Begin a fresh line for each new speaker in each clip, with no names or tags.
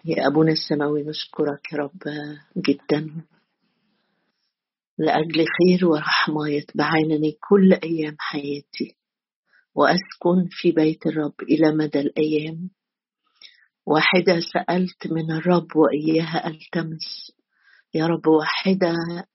يا أبونا السماوي، نشكرك يا رب جدا لأجل خير ورحمة يتبعانني كل أيام حياتي، وأسكن في بيت الرب إلى مدى الأيام. واحدة سألت من الرب وإياها ألتمس، يا رب واحدة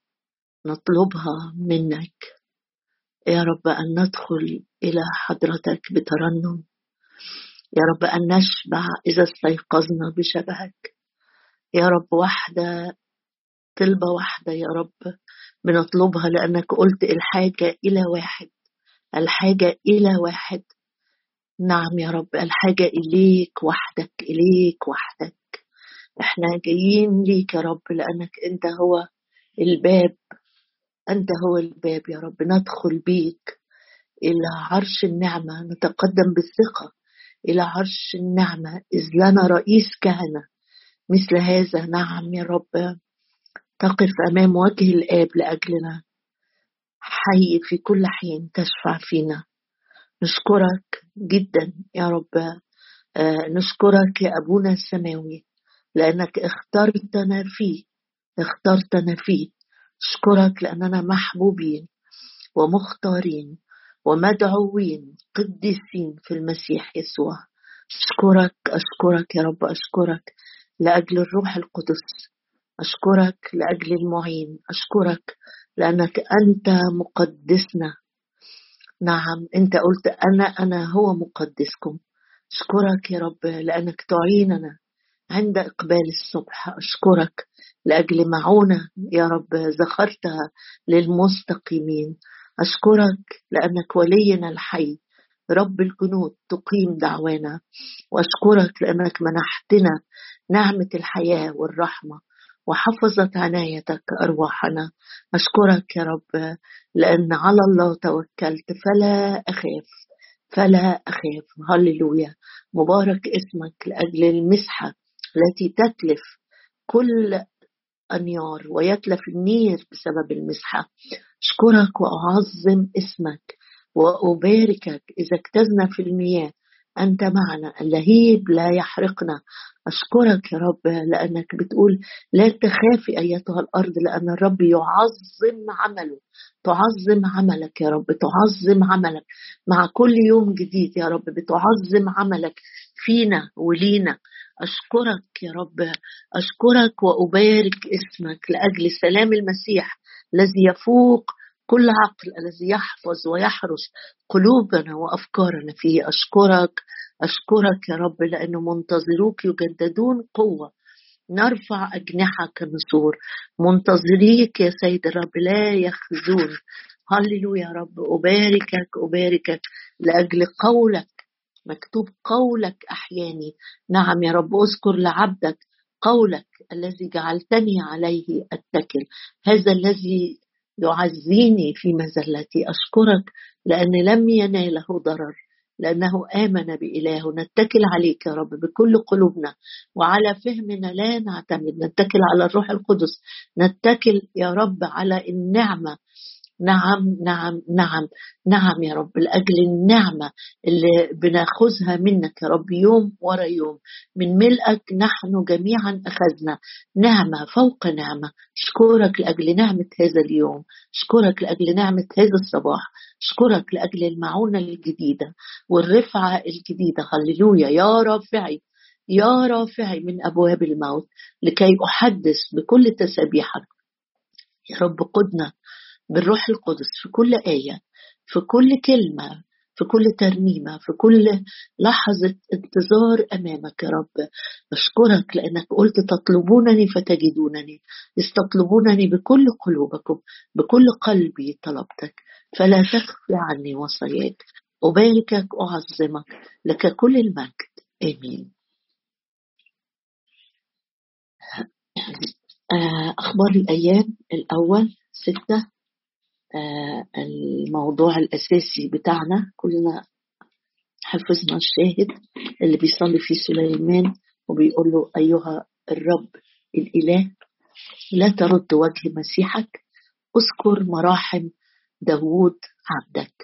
نطلبها منك يا رب، أن ندخل إلى حضرتك بترنم، يا رب أن نشبع إذا استيقظنا بشبهك يا رب. واحدة طلبة واحدة يا رب بنطلبها، لأنك قلت الحاجة إلى واحد، الحاجة إلى واحد. نعم يا رب، الحاجة إليك وحدك، إليك وحدك. احنا جايين ليك يا رب، لأنك أنت هو الباب، أنت هو الباب يا رب. ندخل بيك إلى عرش النعمة، نتقدم بالثقة إلى عرش النعمة، إذ لنا رئيس كهنة مثل هذا. نعم يا رب، تقف أمام وجه الآب لأجلنا، حي في كل حين تشفع فينا. نشكرك جدا يا رب. نشكرك يا أبونا السماوي لأنك اخترتنا فيه، اخترتنا فيه. نشكرك لأننا محبوبين ومختارين ومدعوين قديسين في المسيح يسوع. أشكرك أشكرك يا رب، أشكرك لأجل الروح القدس، أشكرك لأجل المعين، أشكرك لأنك أنت مقدسنا. نعم، أنت قلت أنا هو مقدسكم. أشكرك يا رب لأنك تعيننا عند إقبال الصبح. أشكرك لأجل معونة يا رب ذخرتها للمستقيمين. أشكرك لأنك ولينا الحي، رب الجنود تقيم دعوانا. وأشكرك لأنك منحتنا نعمة الحياة والرحمة، وحفظت عنايتك أرواحنا. أشكرك يا رب لأن على الله توكلت فلا أخاف، فلا أخاف. هللويا، مبارك اسمك لأجل المسحة التي تتلف كل أنيار ويتلف النير بسبب المسحة. أشكرك وأعظم اسمك وأباركك. إذا اجتزنا في المياه أنت معنا، اللهيب لا يحرقنا. أشكرك يا رب لأنك بتقول لا تخافي أيتها الأرض، لأن الرب يعظم عمله. تعظم عملك يا رب، تعظم عملك مع كل يوم جديد يا رب، بتعظم عملك فينا ولينا. أشكرك يا رب، أشكرك وأبارك اسمك لأجل سلام المسيح الذي يفوق كل عقل، الذي يحفظ ويحرس قلوبنا وأفكارنا فيه. أشكرك أشكرك يا رب لأنه منتظروك يجددون قوة، نرفع أجنحة كالنسور. منتظريك يا سيد الرب لا يخزون. هللويا يا رب، أباركك أباركك لأجل قولك، مكتوب قولك أحياني. نعم يا رب، أذكر لعبدك قولك الذي جعلتني عليه أتكل، هذا الذي يعزيني في مزلتي. أشكرك لأن لم يناله ضرر، لأنه آمن بإله. نتكل عليك يا رب بكل قلوبنا، وعلى فهمنا لا نعتمد، نتكل على الروح القدس، نتكل يا رب على النعمة. نعم نعم نعم نعم يا رب، لأجل النعمة اللي بناخذها منك يا رب يوم ورا يوم، من ملئك نحن جميعا أخذنا نعمة فوق نعمة. أشكرك لأجل نعمة هذا اليوم، أشكرك لأجل نعمة هذا الصباح، أشكرك لأجل المعونة الجديدة والرفعة الجديدة. هللويا، يا رافعي يا رافعي من أبواب الموت لكي أحدث بكل تسبيحك. يا رب قدنا بالروح القدس في كل آية، في كل كلمة، في كل ترنيمة، في كل لحظة انتظار أمامك يا رب. أشكرك لأنك قلت تطلبونني فتجدونني، استطلبونني بكل قلوبكم، بكل قلبي طلبتك، فلا تخفي عني وصاياك. أباركك أعظمك، لك كل المجد. آمين. أخبار الأيام الأول 6. الموضوع الأساسي بتاعنا كلنا حفظنا الشاهد اللي بيصلي فيه سليمان وبيقول له أيها الرب الإله لا ترد وجه مسيحك، اذكر مراحم داود عبدك.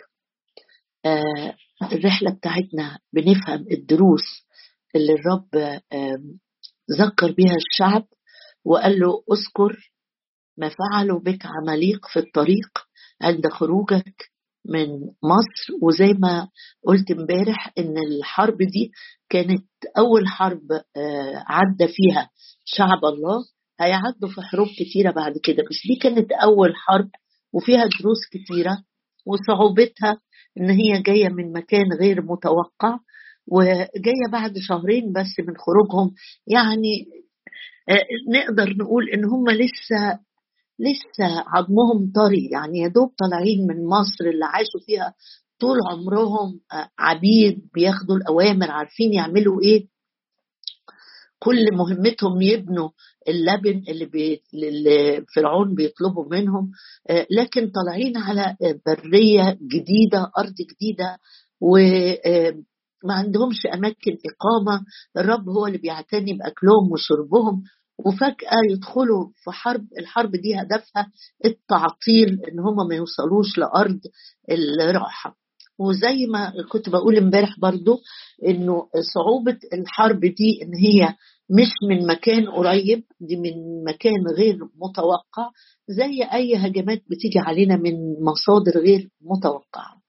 الرحلة بتاعتنا بنفهم الدروس اللي الرب ذكر بها الشعب وقال له اذكر ما فعلوا بك عماليق في الطريق عند خروجك من مصر. وزي ما قلت امبارح ان الحرب دي كانت اول حرب عدى فيها شعب الله. هيعدوا في حروب كتيرة بعد كده، بس دي كانت اول حرب وفيها دروس كتيرة. وصعوبتها ان هي جاية من مكان غير متوقع، وجاية بعد شهرين بس من خروجهم. يعني نقدر نقول ان هم لسه عظمهم طري، يعني يا دوب طالعين من مصر اللي عاشوا فيها طول عمرهم عبيد، بياخدوا الأوامر، عارفين يعملوا إيه. كل مهمتهم يبنوا اللبن اللي فرعون بيطلبوا منهم. لكن طالعين على برية جديدة، أرض جديدة، وما عندهمش أماكن إقامة. الرب هو اللي بيعتني بأكلهم وشربهم، وفجأة يدخلوا في حرب. الحرب دي هدفها التعطيل، إن هم ما يوصلوش لأرض الراحة. وزي ما كنت بقول امبارح برضو إنه صعوبة الحرب دي إن هي مش من مكان قريب، دي من مكان غير متوقع، زي أي هجمات بتيجي علينا من مصادر غير متوقعة.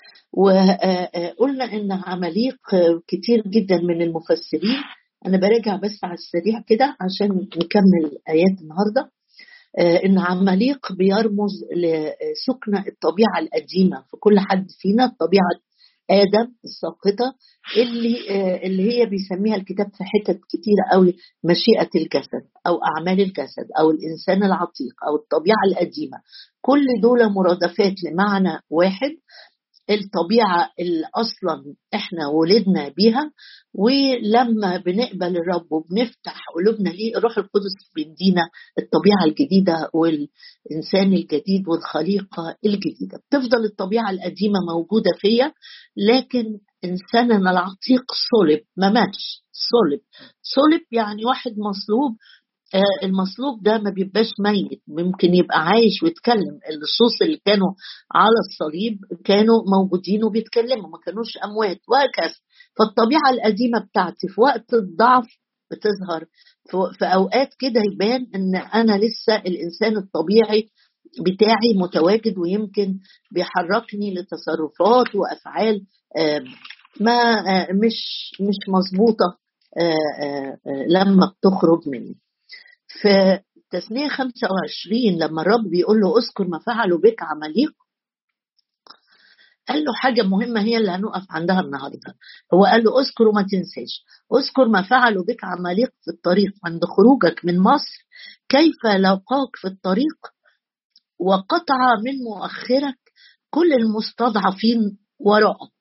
وقلنا إن عماليق كتير جدا من المفسرين، أنا براجع بس على السريع كده عشان نكمل آيات النهاردة. إن عماليق بيرمز لسكن الطبيعة القديمة في كل حد فينا، الطبيعة آدم الساقطة اللي هي بيسميها الكتاب في حتت كتيرة قوي مشيئة الجسد أو أعمال الجسد أو الإنسان العتيق أو الطبيعة القديمة. كل دول مرادفات لمعنى واحد، الطبيعة اللي أصلا إحنا ولدنا بيها. ولما بنقبل الرب وبنفتح قلوبنا ليه، الروح القدس بيدينا الطبيعة الجديدة والإنسان الجديد والخليقة الجديدة. بتفضل الطبيعة القديمة موجودة فيا، لكن إنساننا العتيق صلب، ما ماتش، صلب يعني واحد مصلوب. المصلوب ده ما بيبقاش ميت، ممكن يبقى عايش ويتكلم. اللصوص اللي كانوا على الصليب كانوا موجودين وبيتكلموا، ما كانوش أموات، وهكذا. فالطبيعة القديمة بتاعتي في وقت الضعف بتظهر، في أوقات كده يبان إن أنا لسه الإنسان الطبيعي بتاعي متواجد، ويمكن بيحركني لتصرفات وأفعال ما مش مظبوطة لما بتخرج مني. في تثنية 25 لما الرب بيقول له اذكر ما فعلوا بك عماليق، قال له حاجة مهمة هي اللي هنقف عندها النهاردة. هو قال له اذكر وما تنساش، اذكر ما فعلوا بك عماليق في الطريق عند خروجك من مصر، كيف لقاك في الطريق وقطع من مؤخرك كل المستضعفين وراءك.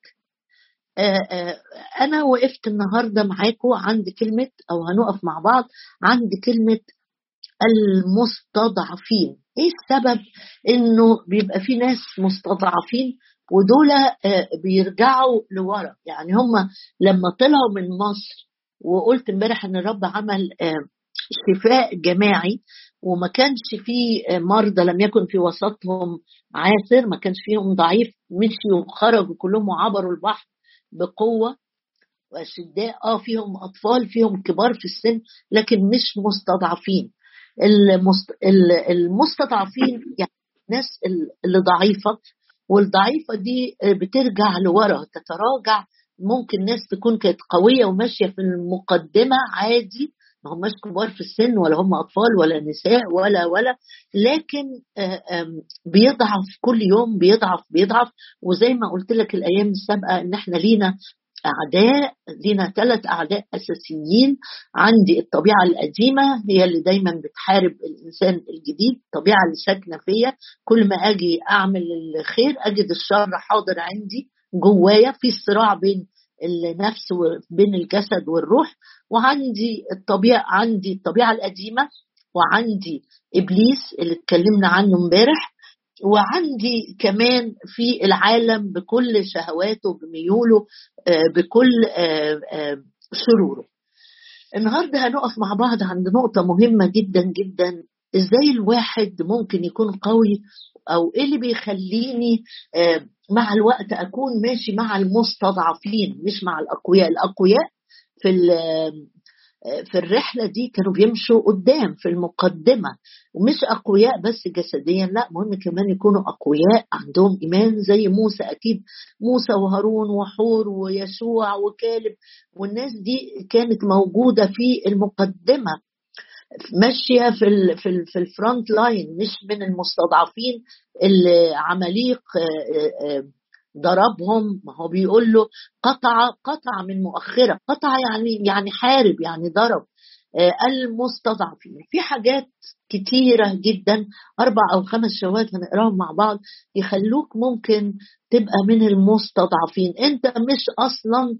أنا وقفت النهاردة معاكم عند كلمة، أو هنقف مع بعض عند كلمة المستضعفين. ايه السبب انه بيبقى في ناس مستضعفين ودول بيرجعوا لورا؟ يعني هم لما طلعوا من مصر، وقلت امبارح ان الرب عمل شفاء جماعي، وما كانش فيه مرضى، لم يكن في وسطهم عاثر، ما كانش فيهم ضعيف، مشيوا وخرجوا كلهم وعبروا البحر بقوة وأشداء. فيهم أطفال، فيهم كبار في السن، لكن مش مستضعفين. المستضعفين يعني الناس اللي ضعيفة، والضعيفة دي بترجع لورا، تتراجع. ممكن ناس تكون كانت قوية وماشية في المقدمة عادي، ما هماش كبار في السن ولا هم أطفال ولا نساء ولا لكن بيضعف كل يوم، بيضعف. وزي ما قلت لك الأيام السابقة إن احنا لينا أعداء، لينا 3 أعداء أساسيين. عندي الطبيعة القديمة هي اللي دايما بتحارب الإنسان الجديد، الطبيعة اللي ساكنة فيا، كل ما أجي أعمل الخير أجد الشر حاضر عندي جوايا، في صراع بين النفس وبين الجسد والروح. وعندي عندي الطبيعة القديمة، وعندي إبليس اللي اتكلمنا عنه امبارح، وعندي كمان في العالم بكل شهواته بميوله بكل شروره. النهاردة هنقف مع بعض عند نقطة مهمة جدا جدا، ازاي الواحد ممكن يكون قوي، او ايه اللي بيخليني مع الوقت اكون ماشي مع المستضعفين مش مع الأقوياء. الأقوياء في الرحلة دي كانوا بيمشوا قدام في المقدمة، ومش أقوياء بس جسديا، لا مهم كمان يكونوا أقوياء عندهم إيمان زي موسى. أكيد موسى وهارون وحور ويشوع وكالب والناس دي كانت موجودة في المقدمة، ماشية في الفرونت لاين، مش من المستضعفين اللي عماليق ضربهم. ما هو بيقول له قطع من مؤخرة، قطع يعني حارب، يعني ضرب المستضعفين. في حاجات كتيرة جدا، 4 أو 5 شواهد هنقراهم مع بعض يخلوك ممكن تبقى من المستضعفين. انت مش أصلا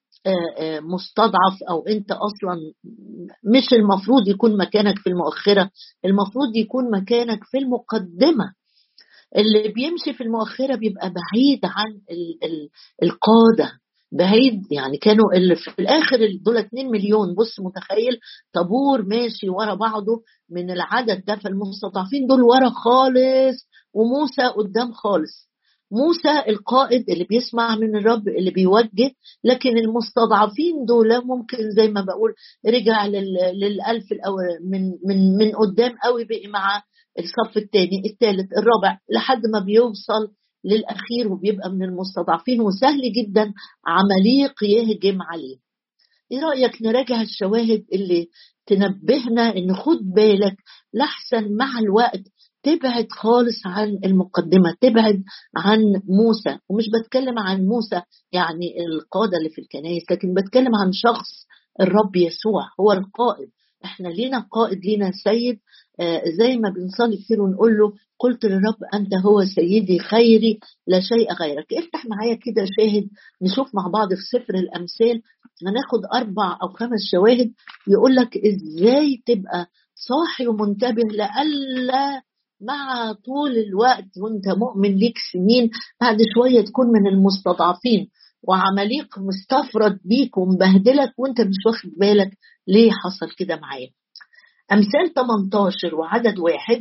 مستضعف، أو أنت أصلا مش المفروض يكون مكانك في المؤخرة، المفروض يكون مكانك في المقدمة. اللي بيمشي في المؤخرة بيبقى بعيد عن القادة، بعيد. يعني كانوا اللي في الآخر دول 2 مليون، بص متخيل طابور ماشي ورا بعضه من العدد ده، فالمستضعفين دول ورا خالص وموسى قدام خالص. موسى القائد اللي بيسمع من الرب اللي بيوجه، لكن المستضعفين دول ممكن زي ما بقول رجع للألف الأول من قدام قوي، بقي مع الصف الثاني الثالث الرابع لحد ما بيوصل للأخير وبيبقى من المستضعفين، وسهل جدا عماليق يهجم عليه. ايه رأيك نراجع الشواهد اللي تنبهنا ان خد بالك لحسن مع الوقت تبعد خالص عن المقدمة، تبعد عن موسى. ومش بتكلم عن موسى يعني القادة اللي في الكنائس، لكن بتكلم عن شخص الرب يسوع هو القائد. احنا لينا قائد، لينا سيد. زي ما بنصلي كتير ونقول له قلت للرب أنت هو سيدي خيري لا شيء غيرك. افتح معايا كده شاهد نشوف مع بعض في سفر الأمثال، هناخد 4 أو 5 شواهد يقول لك ازاي تبقى صاحي ومنتبه لألا مع طول الوقت وانت مؤمن ليك سنين بعد شوية تكون من المستضعفين وعماليق مستفرد بيك ومبهدلك وانت مش واخد بالك ليه حصل كده معايا. أمثال 18 وعدد 1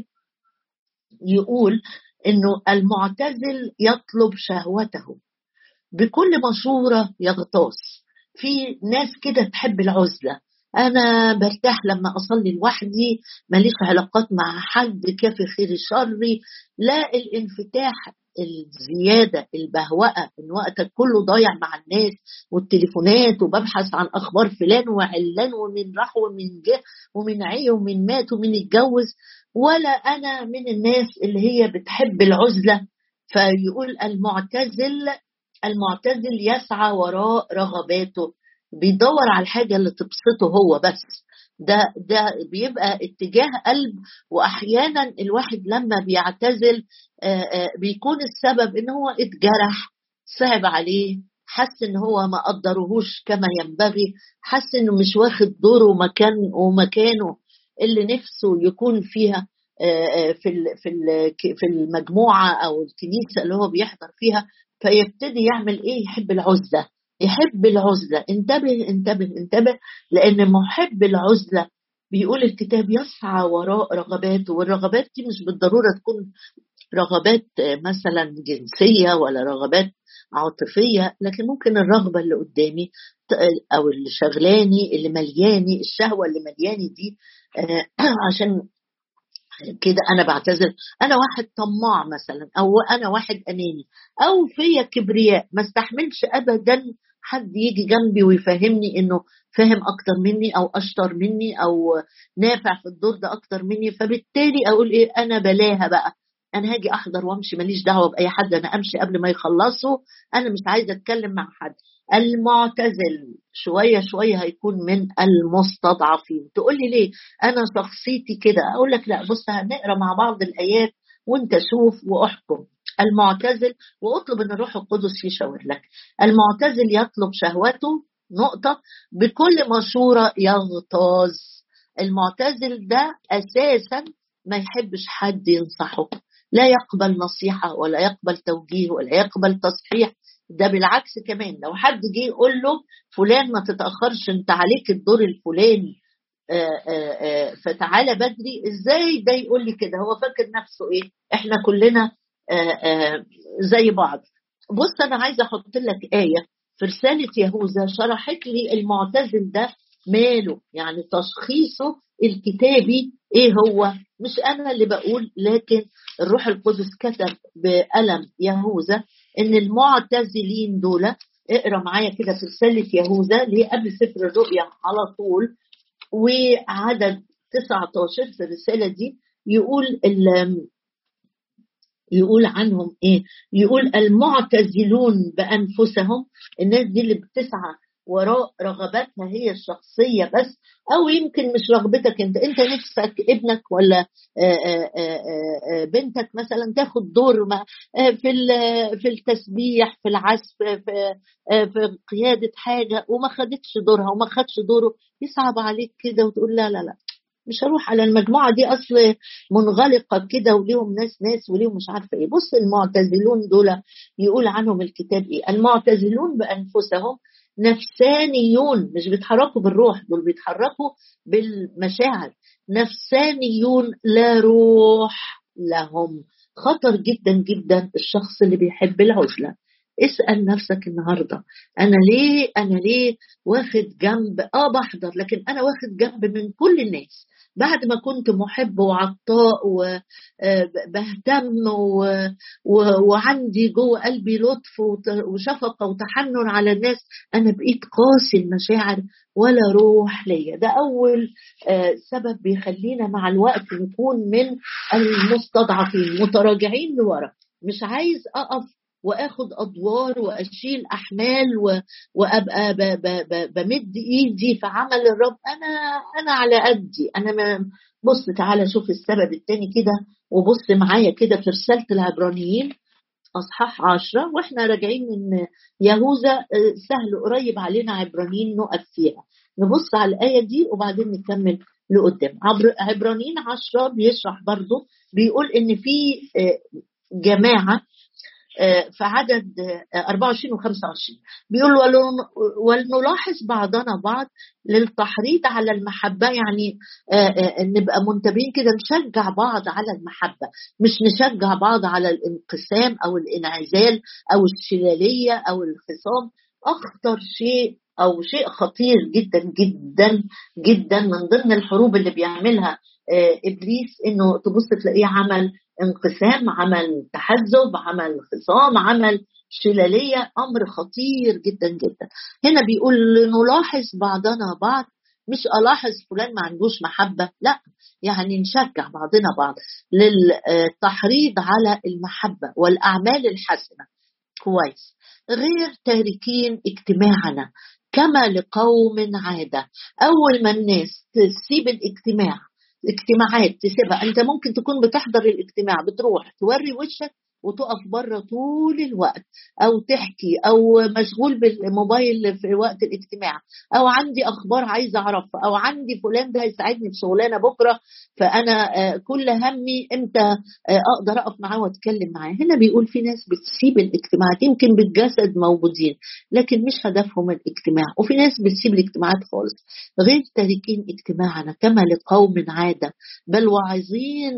يقول إنه المعتزل يطلب شهوته بكل مشورة يغتاظ. في ناس كده تحب العزلة، أنا برتاح لما أصلي لوحدي، ماليش علاقات مع حد، كافي خير شري. لا الانفتاح الزيادة، البهوأة، إن وقتك كله ضايع مع الناس والتليفونات وببحث عن أخبار فلان وعلان ومن راح ومن جه ومن عي ومن مات ومن اتجوز. ولا أنا من الناس اللي هي بتحب العزلة. فيقول المعتزل يسعى وراء رغباته، بيدور على الحاجة اللي تبسطه هو بس. ده بيبقى اتجاه قلب. وأحيانا الواحد لما بيعتزل بيكون السبب إن هو اتجرح، صعب عليه، حس إن هو ما قدرهوش كما ينبغي، حس إنه مش واخد دوره ومكانه اللي نفسه يكون فيها في المجموعة أو الكنيسة اللي هو بيحضر فيها. فيبتدي يعمل ايه؟ يحب العزلة، يحب العزلة. انتبه انتبه انتبه، لان محب العزلة بيقول الكتاب يسعى وراء رغباته. والرغبات دي مش بالضرورة تكون رغبات مثلا جنسية ولا رغبات عاطفية، لكن ممكن الرغبة اللي قدامي او اللي شغلاني اللي ملياني، الشهوة اللي ملياني دي عشان كده أنا بعتذر. أنا واحد طماع مثلا، أو أنا واحد أناني، أو فيا كبرياء ما استحملش أبدا حد يجي جنبي ويفهمني إنه فاهم أكتر مني أو أشطر مني أو نافع في الدور ده أكتر مني. فبالتالي أقول إيه؟ أنا بلاها بقى، أنا هاجي أحضر وأمشي، ماليش دعوة بأي حد، أنا أمشي قبل ما يخلصوا، أنا مش عايزة أتكلم مع حد. المعتزل شوية شوية هيكون من المستضعفين. تقول لي ليه؟ أنا شخصيتي كده. أقول لك لا، بص هنقرأ مع بعض الآيات وانت شوف واحكم. المعتزل، واطلب ان الروح القدس يشاور لك. المعتزل يطلب شهوته نقطة بكل مشورة يغتاظ. المعتزل ده أساسا ما يحبش حد ينصحه، لا يقبل نصيحة ولا يقبل توجيه ولا يقبل تصحيح. ده بالعكس كمان لو حد جه يقول له فلان ما تتأخرش انت عليك الدور الفلاني فتعالى بدري، ازاي ده يقول لي كده؟ هو فاكر نفسه ايه؟ احنا كلنا زي بعض. بص انا عايزه احط لك آية في رسالة يهوذا شرحت لي المعتزل ده ماله، يعني تشخيصه الكتابي ايه هو؟ مش انا اللي بقول، لكن الروح القدس كتب بقلم يهوذا ان المعتزلين دول. اقرا معايا كده في رسالة يهوذا اللي هي قبل سفر الرؤيا على طول، وعدد 19 في الرسالة دي يقول عنهم ايه؟ يقول المعتزلون بانفسهم، الناس دي اللي بتسعى وراء رغباتها هي الشخصيه بس، او يمكن مش رغبتك انت نفسك ابنك ولا بنتك مثلا تاخد دور في التسبيح، في العزف، في قياده حاجه، وما خدتش دورها وما خدش دوره، يصعب عليك كده وتقول لا لا لا مش هروح على المجموعة دي، أصل منغلقة كده وليهم ناس وليهم مش عارفة إيه. بص المعتزلون دول يقول عنهم الكتاب إيه؟ المعتزلون بأنفسهم نفسانيون، مش بيتحركوا بالروح، دول بيتحركوا بالمشاعر. نفسانيون لا روح لهم. خطر جدا جدا الشخص اللي بيحب العزلة. اسأل نفسك النهاردة، أنا ليه واخد جنب؟ بحضر، لكن أنا واخد جنب من كل الناس بعد ما كنت محب وعطاء وبهتم وعندي جوه قلبي لطف وشفقة وتحنن على الناس. أنا بقيت قاسي المشاعر ولا روح ليا. ده أول سبب بيخلينا مع الوقت نكون من المستضعفين، متراجعين لورا، مش عايز أقف واخد ادوار واشيل احمال وابقى بمد ايدي في عمل الرب. انا على قدي انا. ما بص تعالى شوف السبب الثاني كده، وبص معايا كده في رسالة العبرانيين اصحاح 10 واحنا راجعين من يهوذا. سهل قريب علينا عبرانيين نقف فيها. نبص على الآية دي وبعدين نكمل لقدام. عبرانيين 10 بيشرح برضو، بيقول ان في جماعة في عدد 24 و 25 بيقول ولنلاحظ بعضنا بعض للتحريض على المحبة. يعني نبقى منتبهين كده، نشجع بعض على المحبة، مش نشجع بعض على الانقسام أو الانعزال أو الشلالية أو الخصام. أخطر شيء أو شيء خطير جدا جدا جدا من ضمن الحروب اللي بيعملها إبليس، إنه تبص تلاقيه عمل انقسام، عمل تحزب، عمل خصام، عمل شلالية. أمر خطير جدا جدا. هنا بيقول نلاحظ بعضنا بعض، مش ألاحظ فلان ما عندوش محبة، لا، يعني نشجع بعضنا بعض للتحريض على المحبة والأعمال الحسنة. كويس. غير تاركين اجتماعنا كما لقوم عادة. أول ما الناس تسيب اجتماعات تسيبها، انت ممكن تكون بتحضر الاجتماع، بتروح توري وشك وتقف بره طول الوقت، او تحكي، او مشغول بالموبايل في وقت الاجتماع، او عندي اخبار عايزه اعرفها، او عندي فلان ده هيساعدني في شغلانه بكره، فانا كل همي امتى اقدر اقف معاه واتكلم معاه. هنا بيقول في ناس بتسيب الاجتماعات، يمكن بالجسد موجودين لكن مش هدفهم الاجتماع، وفي ناس بتسيب الاجتماعات خالص. غير تاركين اجتماعنا كما لقوم عادة، بل واعظين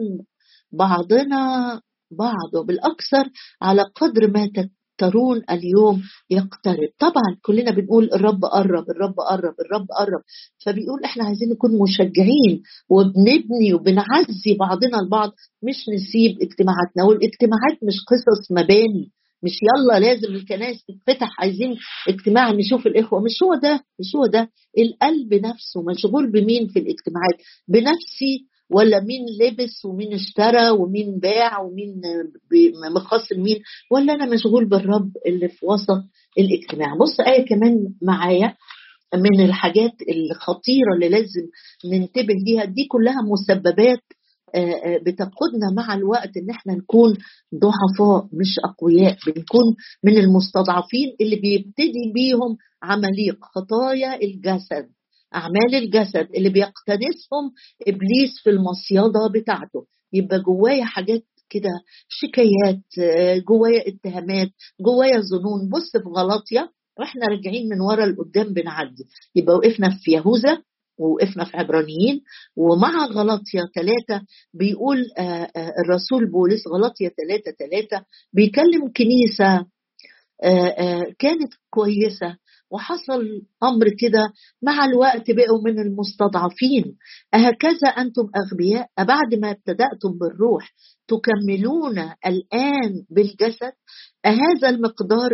بعضنا بعض، وبالأكثر على قدر ما ترون اليوم يقترب. طبعا كلنا بنقول الرب قرب الرب قرب الرب قرب، فبيقول احنا عايزين نكون مشجعين وبنبني وبنعزي بعضنا البعض، مش نسيب اجتماعاتنا. والاجتماعات مش قصص مباني، مش يلا لازم الكنائس تتفتح عايزين اجتماع نشوف الإخوة. مش هو ده القلب نفسه. مشغول بمين في الاجتماعات؟ بنفسي، ولا مين لبس ومين اشترى ومين باع ومين مخصم مين، ولا أنا مشغول بالرب اللي في وسط الاجتماع؟ بص آية كمان معايا من الحاجات الخطيرة اللي لازم ننتبه ليها. دي كلها مسببات بتقودنا مع الوقت ان احنا نكون ضعفاء مش اقوياء، بنكون من المستضعفين اللي بيبتدي بيهم عماليق خطايا الجسد، اعمال الجسد اللي بيقتنسهم ابليس في المصيدة بتاعته. يبقى جوايا حاجات كده، شكايات، جوايا اتهامات، جوايا ظنون. بص في غلاطيا واحنا راجعين من ورا لقدام بنعدي، يبقى وقفنا في يهوذا ووقفنا في عبرانيين، ومع غلاطيا 3 بيقول الرسول بولس، غلاطيا 3 بيكلم كنيسة كانت كويسة وحصل أمر كده مع الوقت بقوا من المستضعفين. أهكذا أنتم أغبياء بعد ما ابتدأتم بالروح تكملون الآن بالجسد؟ أهذا المقدار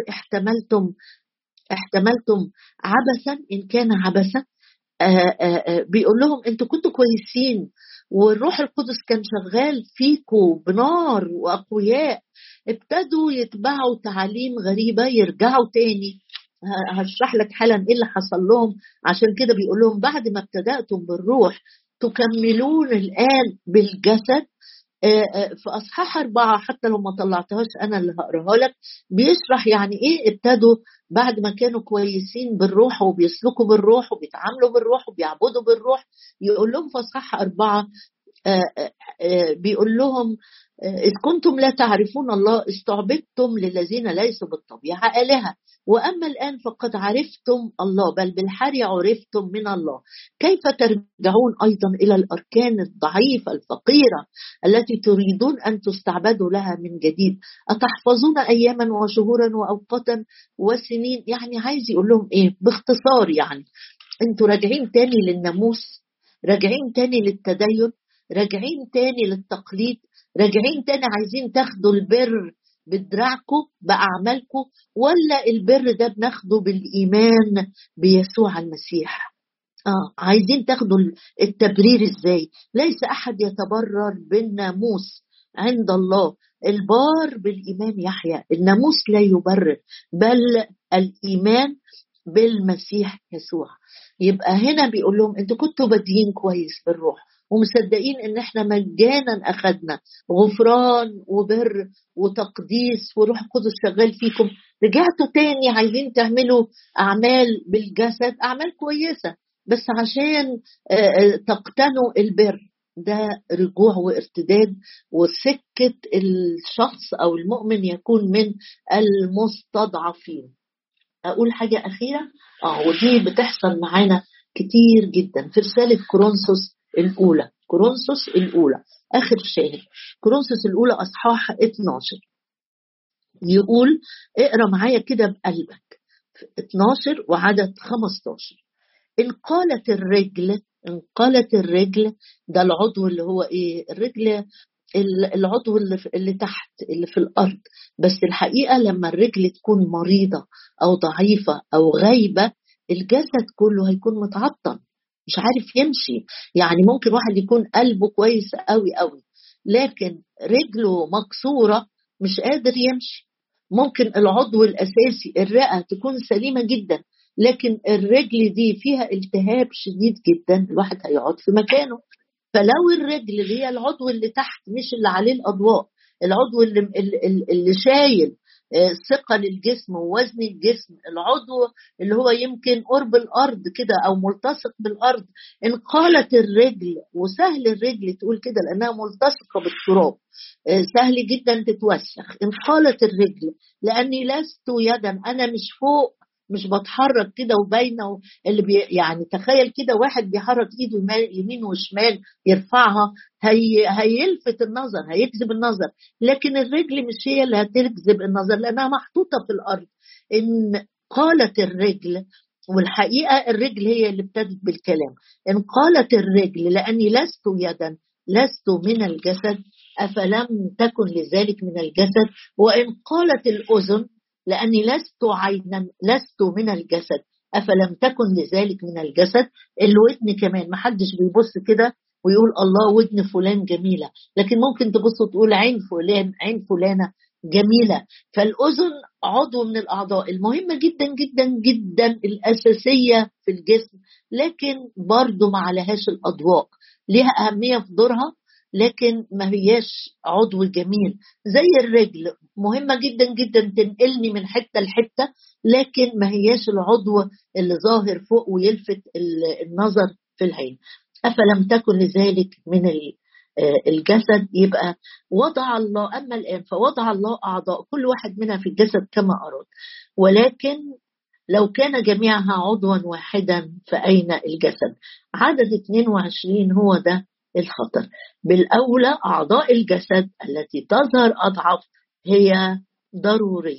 احتملتم عبثا إن كان عبثا؟ بيقول لهم انتوا كنتوا كويسين والروح القدس كان شغال فيكوا بنار وأقوياء، ابتدوا يتبعوا تعاليم غريبة يرجعوا تاني. هشرح لك حالا ايه اللي حصل لهم. عشان كده بيقول لهم بعد ما ابتدأتم بالروح تكملون الآن بالجسد. في أصحاح 4 حتى لو ما طلعتهاش أنا اللي هقراها لك بيشرح يعني إيه ابتدوا بعد ما كانوا كويسين بالروح وبيسلكوا بالروح وبيتعاملوا بالروح وبيعبدوا بالروح. يقول لهم في أصحاح 4 بيقول لهم إذ كنتم لا تعرفون الله استعبدتم للذين ليسوا بالطبيعة آلهة، وأما الآن فقد عرفتم الله، بل بالحري عرفتم من الله. كيف ترجعون أيضا إلى الأركان الضعيفة الفقيرة التي تريدون أن تستعبدوا لها من جديد؟ أتحفظون أياما وشهورا وأوقاتا وسنين؟ يعني عايز يقول لهم إيه باختصار؟ يعني أنتوا راجعين تاني للناموس، راجعين تاني للتدين، راجعين تاني للتقليد، راجعين تاني عايزين تاخدوا البر بدراعكم بأعمالكم، ولا البر ده بناخده بالإيمان بيسوع المسيح؟ عايزين تاخدوا التبرير ازاي؟ ليس أحد يتبرر بالناموس عند الله، البار بالإيمان يحيى. الناموس لا يبرر بل الإيمان بالمسيح يسوع. يبقى هنا بيقول لهم انتوا كنتوا بادئين كويس بالروح ومصدقين ان احنا مجانا اخذنا غفران وبر وتقديس وروح القدس شغال فيكم، رجعتوا تاني عايزين تعملوا اعمال بالجسد، اعمال كويسة بس عشان تقتنوا البر. ده رجوع وارتداد، وسكة الشخص او المؤمن يكون من المستضعفين. اقول حاجة اخيرة ودي بتحصل معانا كتير جدا في رسالة كورنثوس الأولى. كورنثوس الأولى آخر شاهد، كورنثوس الأولى أصحاح 12 يقول، اقرأ معايا كده بقلبك 12 وعدد 15. إن قالت الرجل، ده العضو اللي هو إيه؟ الرجل العضو اللي تحت اللي في الأرض، بس الحقيقة لما الرجل تكون مريضة أو ضعيفة أو غايبة الجسد كله هيكون متعطل مش عارف يمشي. يعني ممكن واحد يكون قلبه كويس قوي قوي لكن رجله مكسورة مش قادر يمشي. ممكن العضو الأساسي الرئة تكون سليمة جدا لكن الرجل دي فيها التهاب شديد جدا، الواحد هيقعد في مكانه. فلو الرجل اللي هي العضو اللي تحت مش اللي عليه الأضواء، العضو اللي شايل ثقل الجسم ووزن الجسم، العضو اللي هو يمكن قرب الأرض كده أو ملتصق بالأرض، إن قالت الرجل، وسهل الرجل تقول كده لأنها ملتصقة بالتراب سهل جدا تتوسخ. إن قالت الرجل لأني لست يدا، أنا مش فوق مش بتحرك كده وباينه يعني تخيل كده واحد بيحرك ايده يمين وشمال يرفعها هيلفت النظر هيجذب النظر، لكن الرجل مش هي اللي هتجذب النظر لانها محطوطه في الارض. ان قالت الرجل، والحقيقه الرجل هي اللي ابتدت بالكلام، ان قالت الرجل لاني لست يدا لست من الجسد افلم تكن لذلك من الجسد. وان قالت الاذن لأني لست عينا لست من الجسد أفلم تكن لذلك من الجسد. الودن كمان محدش بيبص كده ويقول الله ودن فلان جميلة، لكن ممكن تبص وتقول عين فلان عين فلانة جميلة. فالأذن عضو من الأعضاء المهمة جدا جدا جدا الأساسية في الجسم، لكن برضو ما عليهاش الأضواء، ليها أهمية في دورها لكن ما هياش عضو جميل. زي الرجل مهمة جدا جدا تنقلني من حتة لحتة لكن ما هياش العضو اللي ظاهر فوق ويلفت النظر في العين. أفلم تكن لذلك من الجسد. يبقى وضع الله، أما الآن فوضع الله أعضاء كل واحد منها في الجسد كما أراد، ولكن لو كان جميعها عضوا واحدا فأين الجسد؟ عدد 22 هو ده الخطر. بالأولى أعضاء الجسد التي تظهر أضعف هي ضرورية،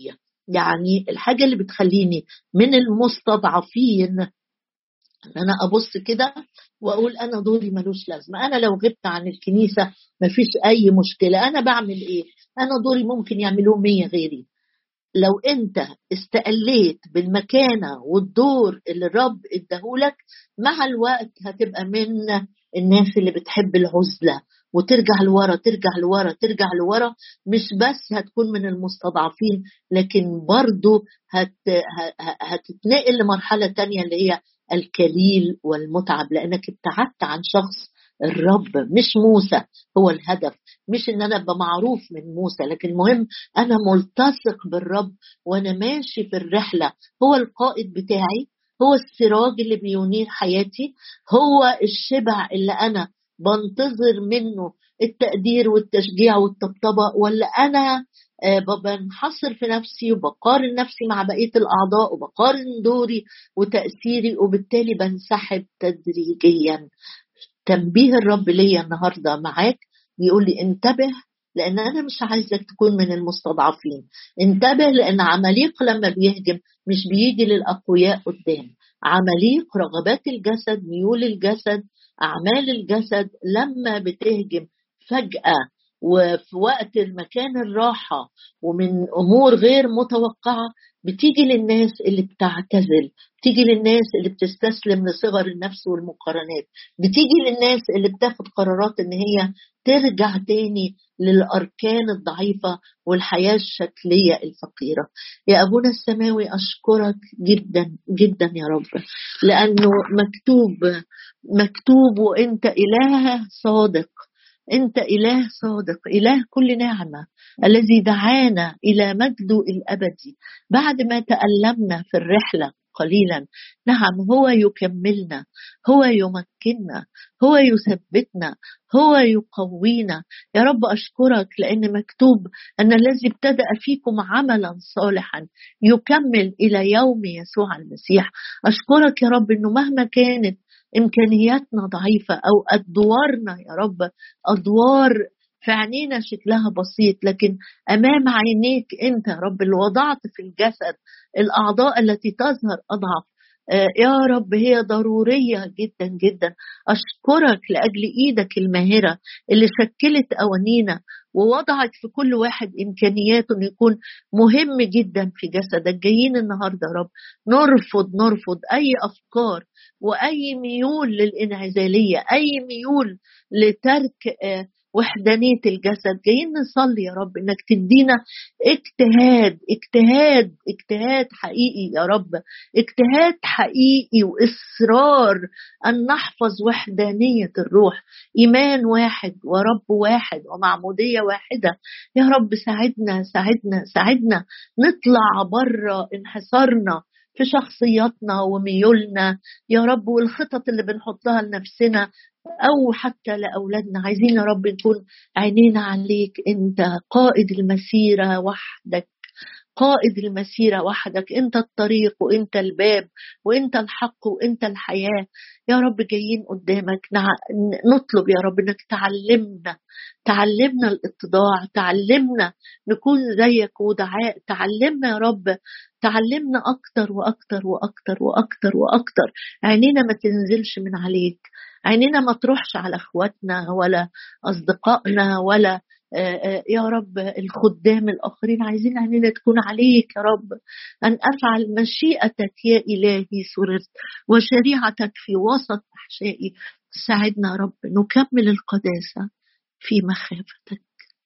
يعني الحاجة اللي بتخليني من المستضعفين ان انا ابص كده واقول انا دوري ملوش لازمه، انا لو غبت عن الكنيسه مفيش اي مشكله، انا بعمل ايه؟ انا دوري ممكن يعملوه 100 غيري. لو انت استقليت بالمكانه والدور اللي الرب اداهولك، مع الوقت هتبقى من الناس اللي بتحب العزله وترجع لورا ترجع لورا ترجع لورا. مش بس هتكون من المستضعفين، لكن برضو هتتنقل لمرحله تانية اللي هي الكليل والمتعب، لانك ابتعدت عن شخص الرب. مش موسى هو الهدف، مش ان انا ابقى معروف من موسى، لكن المهم انا ملتصق بالرب وانا ماشي في الرحله. هو القائد بتاعي، هو السراج اللي بينير حياتي، هو الشبع اللي انا بنتظر منه التقدير والتشجيع والطبطبه، ولا انا بنحصر في نفسي وبقارن نفسي مع بقيه الاعضاء وبقارن دوري وتاثيري، وبالتالي بنسحب تدريجيا. تنبيه الرب ليا النهارده معاك بيقول لي انتبه، لان انا مش عايزك تكون من المستضعفين. انتبه، لان عماليق لما بيهجم مش بيجي للاقوياء قدام. عماليق رغبات الجسد، ميول الجسد، اعمال الجسد لما بتهجم فجأة وفي وقت المكان الراحة ومن امور غير متوقعة، بتيجي للناس اللي بتعتزل، بتيجي للناس اللي بتستسلم لصغر النفس والمقارنات، بتيجي للناس اللي بتاخد قرارات ان هي ترجع تاني للأركان الضعيفة والحياة الشكلية الفقيرة. يا أبونا السماوي أشكرك جدا جدا يا رب، لأنه مكتوب وإنت إله صادق، أنت إله صادق، إله كل نعمة، الذي دعانا إلى مجده الأبدي بعد ما تألمنا في الرحلة قليلا. نعم، هو يكملنا، هو يمكننا، هو يثبتنا، هو يقوينا. يا رب أشكرك لأن مكتوب أن الذي ابتدأ فيكم عملا صالحا يكمل إلى يوم يسوع المسيح. أشكرك يا رب أنه مهما كانت إمكانياتنا ضعيفة أو أدوارنا يا رب أدوار في عينينا شكلها بسيط، لكن أمام عينيك أنت يا رب اللي وضعت في الجسد الأعضاء التي تظهر أضعف، يا رب هي ضرورية جدا جدا. أشكرك لأجل إيدك الماهرة اللي شكلت أوانينا ووضعت في كل واحد إمكانياته أن يكون مهم جدا في جسدك. جايين النهاردة يا رب نرفض أي أفكار وأي ميول للإنعزالية، أي ميول لترك وحدانية الجسد. جايين نصلي يا رب انك تدينا اجتهاد حقيقي يا رب، اجتهاد حقيقي وإصرار أن نحفظ وحدانية الروح، إيمان واحد ورب واحد ومعمودية واحدة. يا رب ساعدنا نطلع بره انحصارنا في شخصياتنا وميولنا يا رب، والخطط اللي بنحطها لنفسنا أو حتى لأولادنا. عايزين يا رب نكون عينينا عليك، أنت قائد المسيرة وحدك، قائد المسيرة وحدك، أنت الطريق وأنت الباب وأنت الحق وأنت الحياة. يا رب جايين قدامك نطلب يا رب أنك تعلمنا الاتضاع، تعلمنا نكون زيك ودعاء، تعلمنا يا رب، تعلمنا أكتر وأكتر وأكتر وأكتر وأكتر. عينينا ما تنزلش من عليك، عينينا ما تروحش على اخواتنا ولا أصدقائنا ولا يا رب الخدام الآخرين. عايزين عينينا تكون عليك يا رب، أن أفعل مشيئتك يا إلهي سررت وشريعتك في وسط أحشائي. ساعدنا يا رب نكمل القداسة في مخافتك.